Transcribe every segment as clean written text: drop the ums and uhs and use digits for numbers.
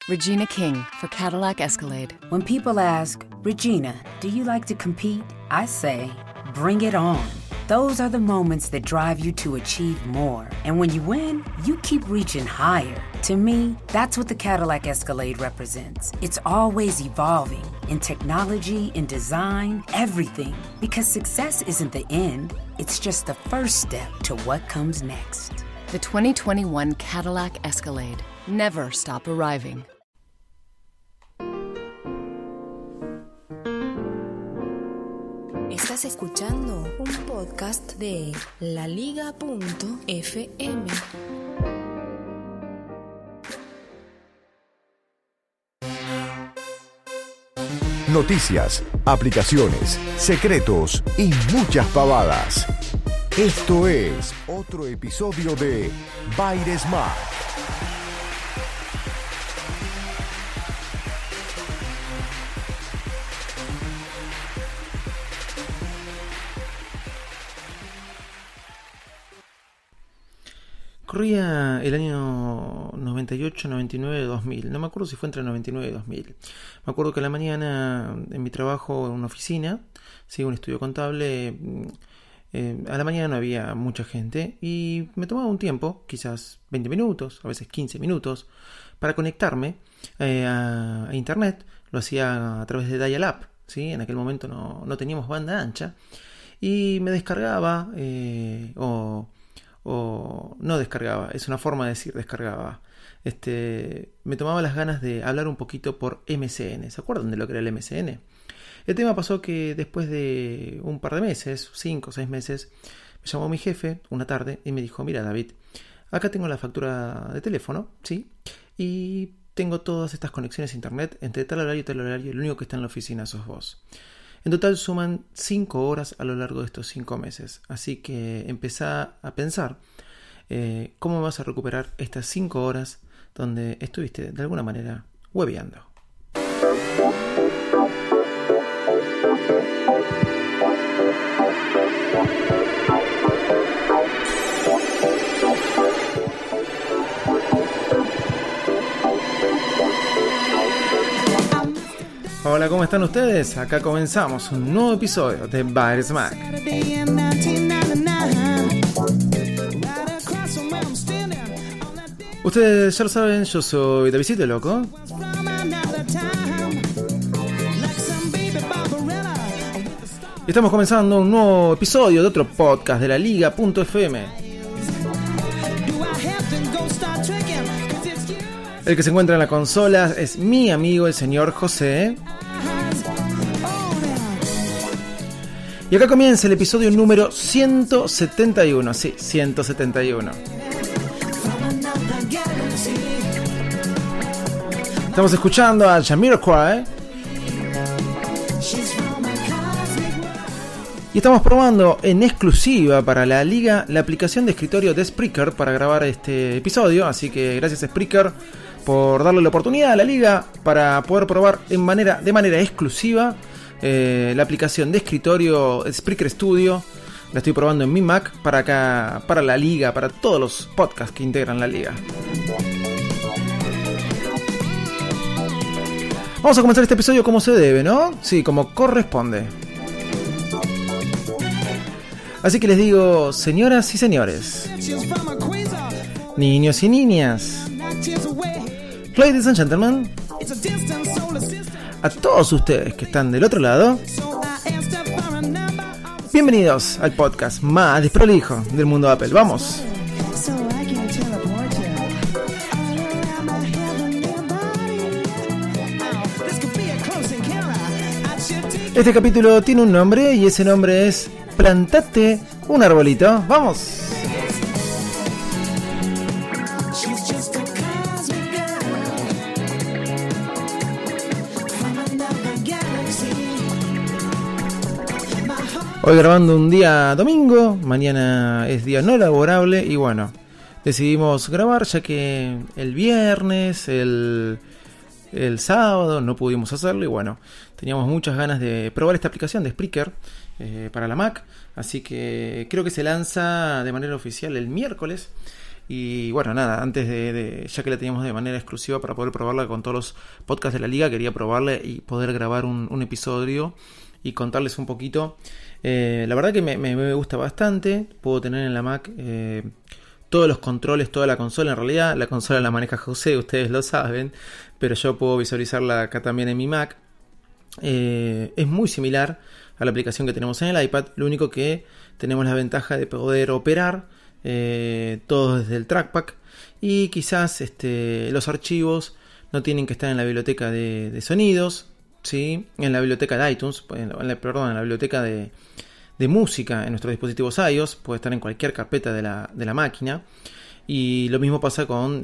Regina King for Cadillac Escalade. When people ask, Regina, do you like to compete? I say, bring it on. Those are the moments that drive you to achieve more. And when you win, you keep reaching higher. To me, that's what the Cadillac Escalade represents. It's always evolving in technology, in design, everything. Because success isn't the end, it's just the first step to what comes next. The 2021 Cadillac Escalade. Never stop arriving. Estás escuchando un podcast de laliga.fm. Noticias, aplicaciones, secretos y muchas pavadas. Esto es otro episodio de Baires Mac. Corría el año 98, 99, 2000. No me acuerdo si fue entre 99 y 2000. Me acuerdo que a la mañana en mi trabajo en una oficina, un estudio contable, a la mañana no había mucha gente y me tomaba un tiempo, quizás 20 minutos, a veces 15 minutos, para conectarme a internet. Lo hacía a través de dial-up, ¿sí? En aquel momento no teníamos banda ancha y me descargaba o no descargaba, es una forma de decir descargaba. Me tomaba las ganas de hablar un poquito por MSN. ¿Se acuerdan de lo que era el MSN? El tema pasó que después de un par de meses, 5 o 6 meses, me llamó mi jefe una tarde y me dijo: mira, David, acá tengo la factura de teléfono, ¿sí? Y tengo todas estas conexiones a internet entre tal horario y tal horario, el único que está en la oficina sos vos. En total suman 5 horas a lo largo de estos 5 meses. Así que empezá a pensar cómo vas a recuperar estas 5 horas donde estuviste de alguna manera hueveando. Hola, ¿cómo están ustedes? Acá comenzamos un nuevo episodio de Baires Mac. Ustedes ya lo saben, yo soy Davidito Loco. Y estamos comenzando un nuevo episodio de otro podcast de la Liga.fm. El que se encuentra en la consola es mi amigo el señor José. Y acá comienza el episodio número 171. Sí, 171. Estamos escuchando a Jamiroquai. Y estamos probando en exclusiva para la Liga la aplicación de escritorio de Spreaker para grabar este episodio. Así que gracias a Spreaker por darle la oportunidad a la Liga para poder probar de manera exclusiva la aplicación de escritorio Spreaker Studio. La estoy probando en mi Mac para acá, para la Liga, para todos los podcasts que integran la Liga. Vamos a comenzar este episodio como se debe, ¿no? Sí, como corresponde. Así que les digo, señoras y señores, niños y niñas, ladies and gentlemen, a todos ustedes que están del otro lado, bienvenidos al podcast más desprolijo del mundo Apple. ¡Vamos! Este capítulo tiene un nombre y ese nombre es Plantate un arbolito. ¡Vamos! Hoy grabando un día domingo, mañana es día no laborable y bueno, decidimos grabar ya que el viernes, el sábado no pudimos hacerlo y bueno, teníamos muchas ganas de probar esta aplicación de Spreaker para la Mac, así que creo que se lanza de manera oficial el miércoles Y bueno, nada, antes ya que la teníamos de manera exclusiva para poder probarla con todos los podcasts de la liga, quería probarla y poder grabar un episodio y contarles un poquito. La verdad que me gusta bastante. Puedo tener en la Mac todos los controles, toda la consola. En realidad la consola la maneja José, ustedes lo saben, pero yo puedo visualizarla acá también en mi Mac. Es muy similar a la aplicación que tenemos en el iPad. Lo único que tenemos la ventaja de poder operar todo desde el trackpad, y quizás los archivos no tienen que estar en la biblioteca de sonidos, ¿sí? En la biblioteca de iTunes, en la biblioteca de música en nuestros dispositivos iOS. Puede estar en cualquier carpeta de la máquina. Y lo mismo pasa con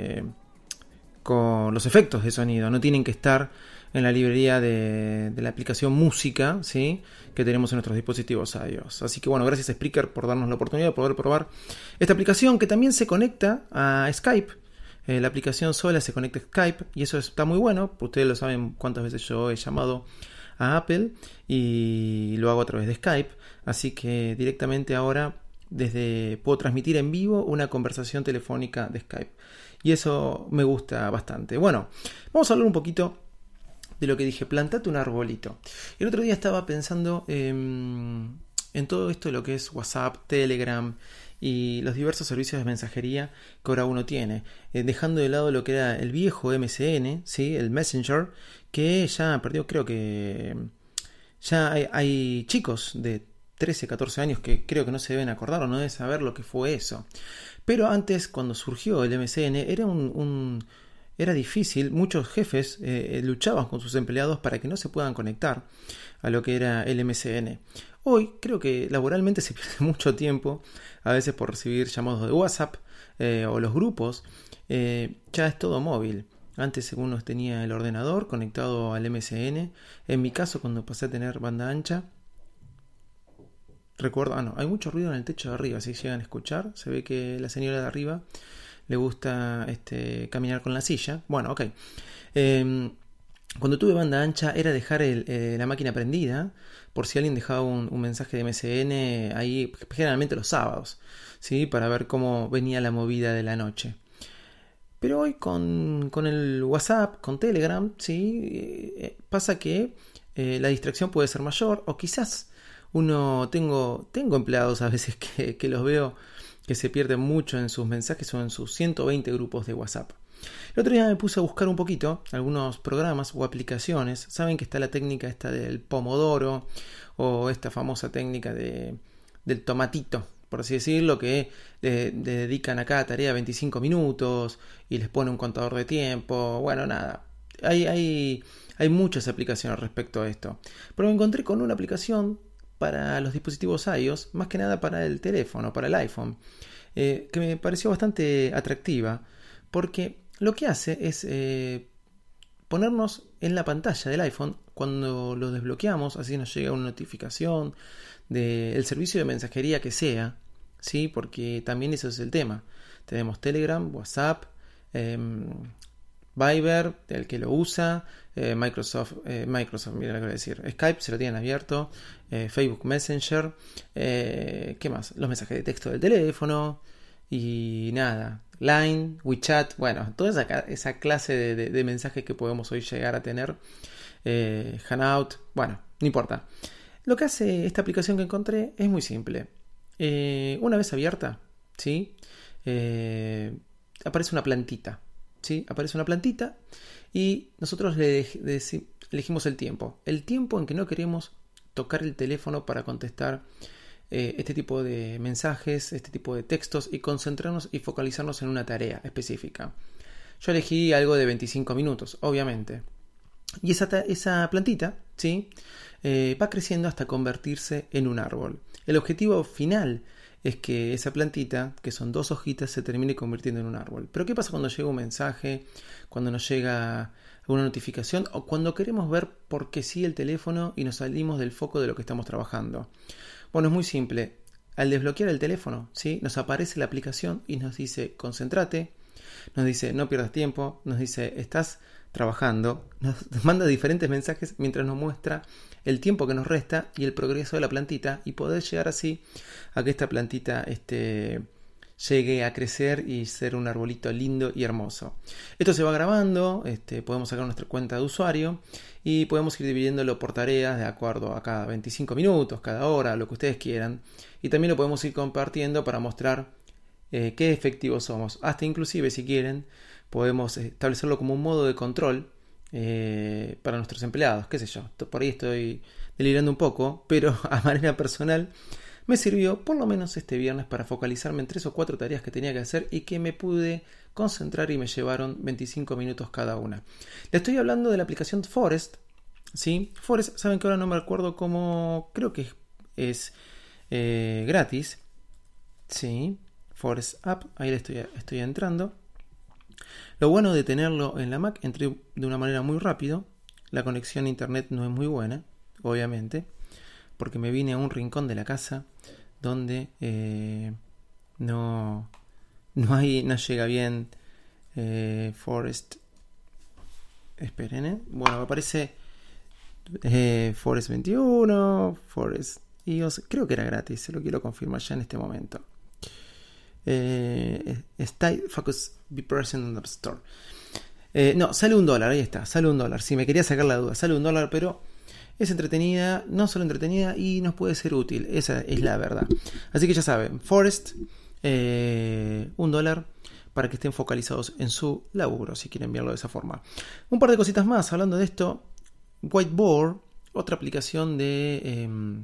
los efectos de sonido. No tienen que estar en la librería de la aplicación música, ¿sí? Que tenemos en nuestros dispositivos iOS. Así que bueno, gracias a Spreaker por darnos la oportunidad de poder probar esta aplicación, que también se conecta a Skype. La aplicación sola se conecta a Skype, y eso está muy bueno. Ustedes lo saben cuántas veces yo he llamado a Apple y lo hago a través de Skype. Así que directamente ahora puedo transmitir en vivo una conversación telefónica de Skype, y eso me gusta bastante. Bueno, vamos a hablar un poquito de lo que dije, plantate un arbolito. El otro día estaba pensando en todo esto de lo que es WhatsApp, Telegram y los diversos servicios de mensajería que ahora uno tiene, dejando de lado lo que era el viejo MSN, ¿sí? El Messenger, que ya perdió. Creo que ya hay chicos de 13, 14 años que creo que no se deben acordar o no deben saber lo que fue eso. Pero antes, cuando surgió el MSN, era difícil. Muchos jefes luchaban con sus empleados para que no se puedan conectar a lo que era el MSN. Hoy creo que laboralmente se pierde mucho tiempo, a veces por recibir llamados de WhatsApp o los grupos. Ya es todo móvil. Antes uno tenía el ordenador conectado al MSN. En mi caso, cuando pasé a tener banda ancha, recuerdo, hay mucho ruido en el techo de arriba, si llegan a escuchar. Se ve que la señora de arriba le gusta caminar con la silla. Bueno, ok. Cuando tuve banda ancha era dejar la máquina prendida por si alguien dejaba un mensaje de MSN ahí, generalmente los sábados, ¿sí? Para ver cómo venía la movida de la noche. Pero hoy con el WhatsApp, con Telegram, ¿sí? Pasa que la distracción puede ser mayor, o quizás tengo empleados a veces que los veo que se pierden mucho en sus mensajes o en sus 120 grupos de WhatsApp. El otro día me puse a buscar un poquito algunos programas o aplicaciones. Saben que está la técnica esta del pomodoro, o esta famosa técnica del tomatito, por así decirlo, que le dedican a cada tarea 25 minutos y les pone un contador de tiempo. Bueno, nada, hay muchas aplicaciones respecto a esto, pero me encontré con una aplicación para los dispositivos iOS, más que nada para el teléfono, para el iPhone, que me pareció bastante atractiva, porque lo que hace es ponernos en la pantalla del iPhone cuando lo desbloqueamos, así nos llega una notificación del servicio de mensajería que sea, ¿sí? Porque también eso es el tema. Tenemos Telegram, WhatsApp, Viber, el que lo usa, Microsoft, mira lo que voy a decir, Skype, se lo tienen abierto, Facebook Messenger, ¿qué más? Los mensajes de texto del teléfono y nada, Line, WeChat, bueno, toda esa clase de mensajes que podemos hoy llegar a tener, Hangout, bueno, no importa. Lo que hace esta aplicación que encontré es muy simple. Una vez abierta, ¿sí? Aparece una plantita. ¿Sí? Aparece una plantita y nosotros elegimos el tiempo en que no queremos tocar el teléfono para contestar este tipo de mensajes, este tipo de textos, y concentrarnos y focalizarnos en una tarea específica. Yo elegí algo de 25 minutos, obviamente, y esa plantita, ¿sí? Va creciendo hasta convertirse en un árbol. El objetivo final es que esa plantita, que son 2 hojitas, se termine convirtiendo en un árbol. Pero ¿qué pasa cuando llega un mensaje, cuando nos llega alguna notificación, o cuando queremos ver por qué sí el teléfono y nos salimos del foco de lo que estamos trabajando? Bueno, es muy simple. Al desbloquear el teléfono, ¿sí? Nos aparece la aplicación y nos dice concéntrate, nos dice no pierdas tiempo, nos dice estás trabajando, nos manda diferentes mensajes mientras nos muestra el tiempo que nos resta y el progreso de la plantita, y poder llegar así a que esta plantita llegue a crecer y ser un arbolito lindo y hermoso. Esto se va grabando, podemos sacar nuestra cuenta de usuario y podemos ir dividiéndolo por tareas de acuerdo a cada 25 minutos, cada hora, lo que ustedes quieran. Y también lo podemos ir compartiendo para mostrar qué efectivos somos. Hasta inclusive, si quieren, podemos establecerlo como un modo de control para nuestros empleados, qué sé yo. Por ahí estoy delirando un poco, pero a manera personal me sirvió por lo menos este viernes para focalizarme en 3 o 4 tareas que tenía que hacer y que me pude concentrar y me llevaron 25 minutos cada una. Le estoy hablando de la aplicación Forest, ¿sí? Forest, saben que ahora no me acuerdo cómo, creo que es gratis, ¿sí? Forest App, ahí le estoy entrando. Lo bueno de tenerlo en la Mac, entré de una manera muy rápido. La conexión a internet no es muy buena, obviamente, porque me vine a un rincón de la casa donde no llega bien Forest. Esperen, bueno, aparece Forest 21, Forest iOS, creo que era gratis, se lo quiero confirmar ya en este momento. Style Focus Be Present in the App Store. No, sale $1, ahí está, sale $1. Si me quería sacar la duda, sale $1, pero es entretenida, no solo entretenida, y nos puede ser útil. Esa es la verdad. Así que ya saben, Forest, $1 para que estén focalizados en su laburo, si quieren verlo de esa forma. Un par de cositas más hablando de esto. Whiteboard, otra aplicación de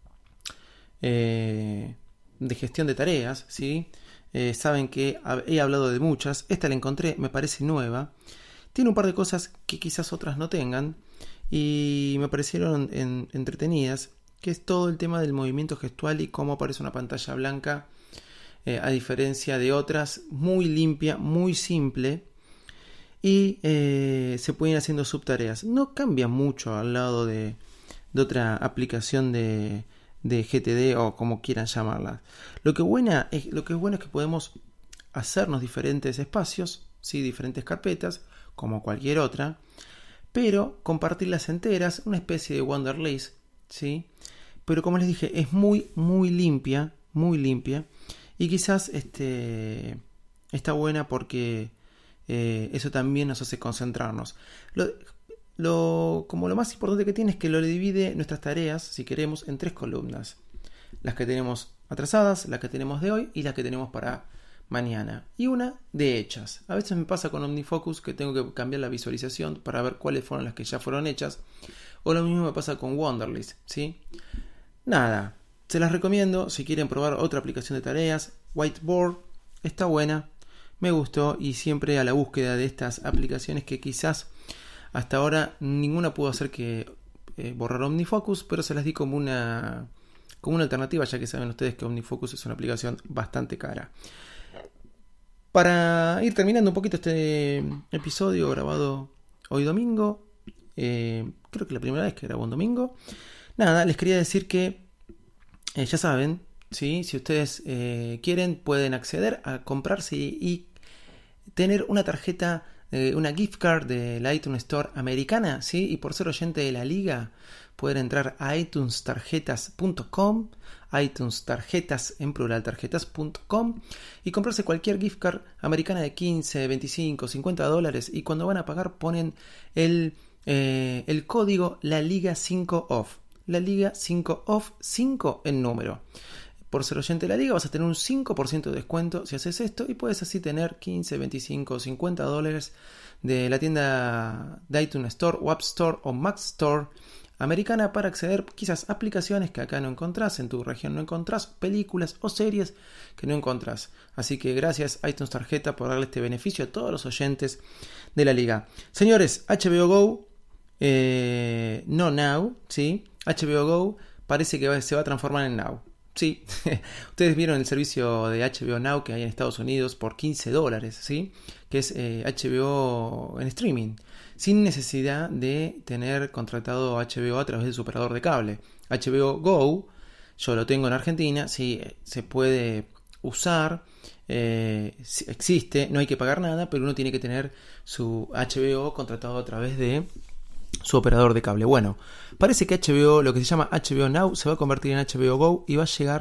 gestión de tareas, ¿sí? Saben que he hablado de muchas. Esta la encontré, me parece nueva. Tiene un par de cosas que quizás otras no tengan y me parecieron entretenidas, que es todo el tema del movimiento gestual y cómo aparece una pantalla blanca, a diferencia de otras, muy limpia, muy simple, y se pueden ir haciendo subtareas. No cambia mucho al lado de otra aplicación de GTD o como quieran llamarla. Lo que es bueno es que podemos hacernos diferentes espacios, ¿sí? Diferentes carpetas, como cualquier otra, pero compartirlas enteras, una especie de Wonderlist, ¿sí? Pero como les dije, es muy limpia, y quizás está buena porque eso también nos hace concentrarnos. Como lo más importante que tiene es que lo divide nuestras tareas, si queremos, en 3 columnas. Las que tenemos atrasadas, las que tenemos de hoy y las que tenemos para mañana. Y una de hechas. A veces me pasa con OmniFocus que tengo que cambiar la visualización para ver cuáles fueron las que ya fueron hechas. O lo mismo me pasa con Wonderlist, ¿sí? Nada, se las recomiendo si quieren probar otra aplicación de tareas. Whiteboard está buena, me gustó, y siempre a la búsqueda de estas aplicaciones que quizás hasta ahora ninguna pudo hacer que borrar OmniFocus, pero se las di como una alternativa, ya que saben ustedes que OmniFocus es una aplicación bastante cara. Para ir terminando un poquito este episodio grabado hoy domingo, creo que la primera vez que grabo un domingo, nada, les quería decir que ya saben, ¿sí? Si ustedes quieren, pueden acceder a comprarse y tener una tarjeta, una gift card de la iTunes Store americana, ¿sí? Y por ser oyente de la liga, pueden entrar a iTunestarjetas.com, iTunestarjetas en plural, tarjetas.com, y comprarse cualquier gift card americana de 15, 25, $50, y cuando van a pagar ponen el código La Liga 5 Off. La Liga 5 Off, 5 en número. Por ser oyente de la liga vas a tener un 5% de descuento si haces esto, y puedes así tener 15, 25, $50 de la tienda de iTunes Store, o App Store o Mac Store americana para acceder quizás a aplicaciones que acá no encontrás, en tu región no encontrás, películas o series que no encontrás. Así que gracias iTunes Tarjeta por darle este beneficio a todos los oyentes de la liga. Señores, HBO Go, no Now, ¿sí? HBO Go parece que se va a transformar en Now. Sí, ustedes vieron el servicio de HBO Now que hay en Estados Unidos por $15, ¿sí? Que es HBO en streaming, sin necesidad de tener contratado HBO a través de su operador de cable. HBO Go, yo lo tengo en Argentina, sí, se puede usar, existe, no hay que pagar nada, pero uno tiene que tener su HBO contratado a través de su operador de cable. Bueno, parece que HBO, lo que se llama HBO Now, se va a convertir en HBO Go y va a llegar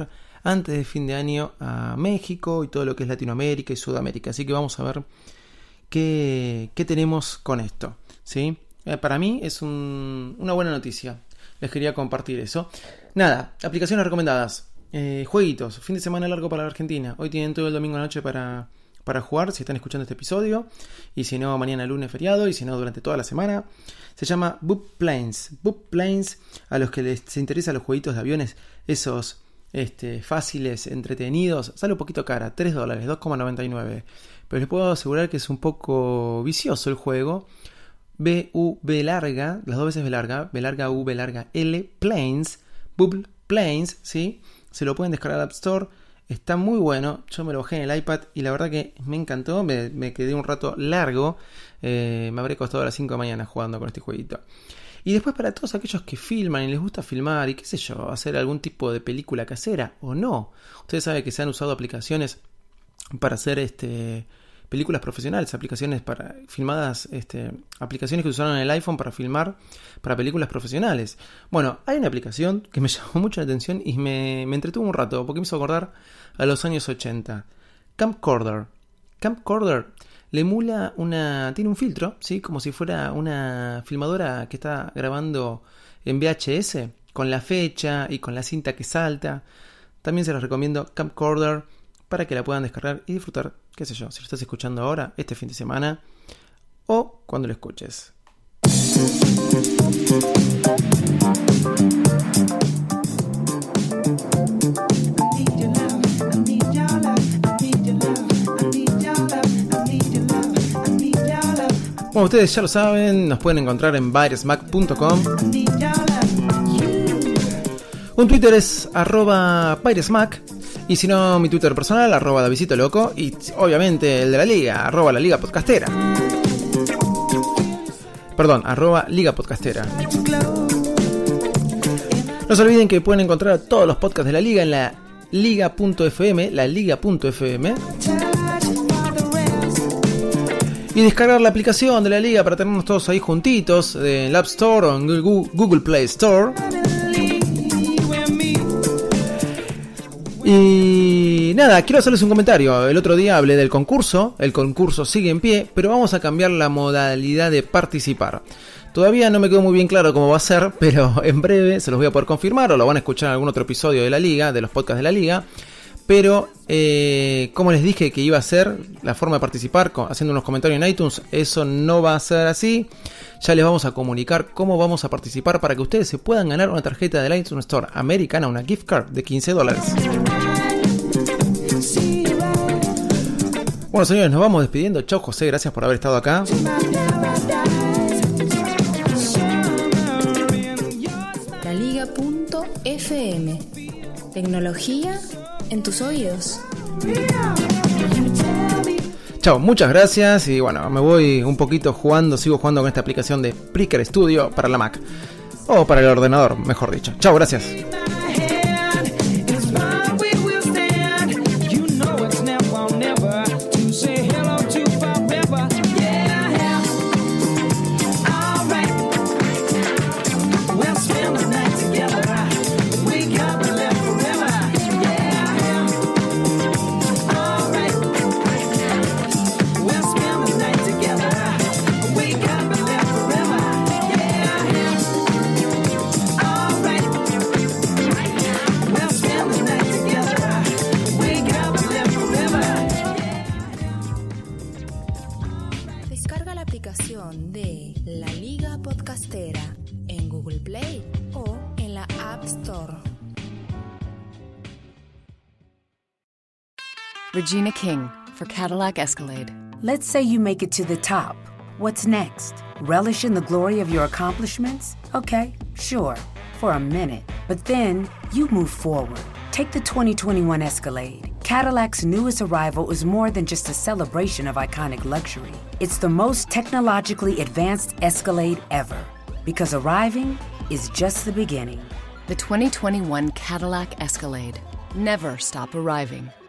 antes de fin de año a México y todo lo que es Latinoamérica y Sudamérica. Así que vamos a ver qué tenemos con esto, ¿sí? Para mí es una buena noticia. Les quería compartir eso. Nada, aplicaciones recomendadas. Jueguitos, fin de semana largo para la Argentina. Hoy tienen todo el domingo noche para jugar, si están escuchando este episodio. Y si no, mañana lunes feriado. Y si no, durante toda la semana. Se llama Boop Planes. Boop Planes, a los que les interesan los jueguitos de aviones, esos fáciles, entretenidos, sale un poquito cara, $3, $2,99. Pero les puedo asegurar que es un poco vicioso el juego. B-U-B larga, las dos veces B larga, B larga U, B larga L, Planes, Boop Planes, ¿sí? Se lo pueden descargar al App Store. Está muy bueno, yo me lo bajé en el iPad y la verdad que me encantó, me quedé un rato largo, me habré costado a las 5 de la mañana jugando con este jueguito. Y después para todos aquellos que filman y les gusta filmar y qué sé yo, hacer algún tipo de película casera o no. Ustedes saben que se han usado aplicaciones para hacer películas profesionales, aplicaciones para filmadas, aplicaciones que usaron en el iPhone para filmar para películas profesionales. Bueno, hay una aplicación que me llamó mucho la atención y me entretuvo un rato porque me hizo acordar a los años 80. Camcorder. Camcorder le emula tiene un filtro, ¿sí? Como si fuera una filmadora que está grabando en VHS, con la fecha y con la cinta que salta. También se los recomiendo Camcorder para que la puedan descargar y disfrutar, qué sé yo, si lo estás escuchando ahora, este fin de semana, o cuando lo escuches. Como ustedes ya lo saben, nos pueden encontrar en virusmac.com. Un Twitter es @virusmac. Y si no, mi Twitter personal, @daviditoloco. Y obviamente el de la liga, @la liga podcastera. Perdón, @liga podcastera. No se olviden que pueden encontrar todos los podcasts de la liga en la liga.fm, y descargar la aplicación de la liga para tenernos todos ahí juntitos en el App Store o en Google Play Store. Y nada, quiero hacerles un comentario. El otro día hablé del concurso. El concurso sigue en pie, pero vamos a cambiar la modalidad de participar. Todavía no me quedó muy bien claro cómo va a ser, pero en breve se los voy a poder confirmar o lo van a escuchar en algún otro episodio de la liga, de los podcasts de la liga. Pero, como les dije que iba a ser la forma de participar, haciendo unos comentarios en iTunes, eso no va a ser así. Ya les vamos a comunicar cómo vamos a participar para que ustedes se puedan ganar una tarjeta del iTunes Store americana, una gift card de $15. Bueno, señores, nos vamos despidiendo. Chau, José, gracias por haber estado acá. LaLiga.fm. Tecnología en tus oídos. Chao, muchas gracias. Y bueno, me voy un poquito sigo jugando con esta aplicación de Spreaker Studio para la Mac. O para el ordenador, mejor dicho. Chao, gracias. De La Liga Podcastera en Google Play o en la App Store. Regina King for Cadillac Escalade. Let's say you make it to the top. What's next? Relish in the glory of your accomplishments? Okay, sure, for a minute. But then you move forward. Take the 2021 Escalade. Cadillac's newest arrival is more than just a celebration of iconic luxury. It's the most technologically advanced Escalade ever, because arriving is just the beginning. The 2021 Cadillac Escalade. Never stop arriving.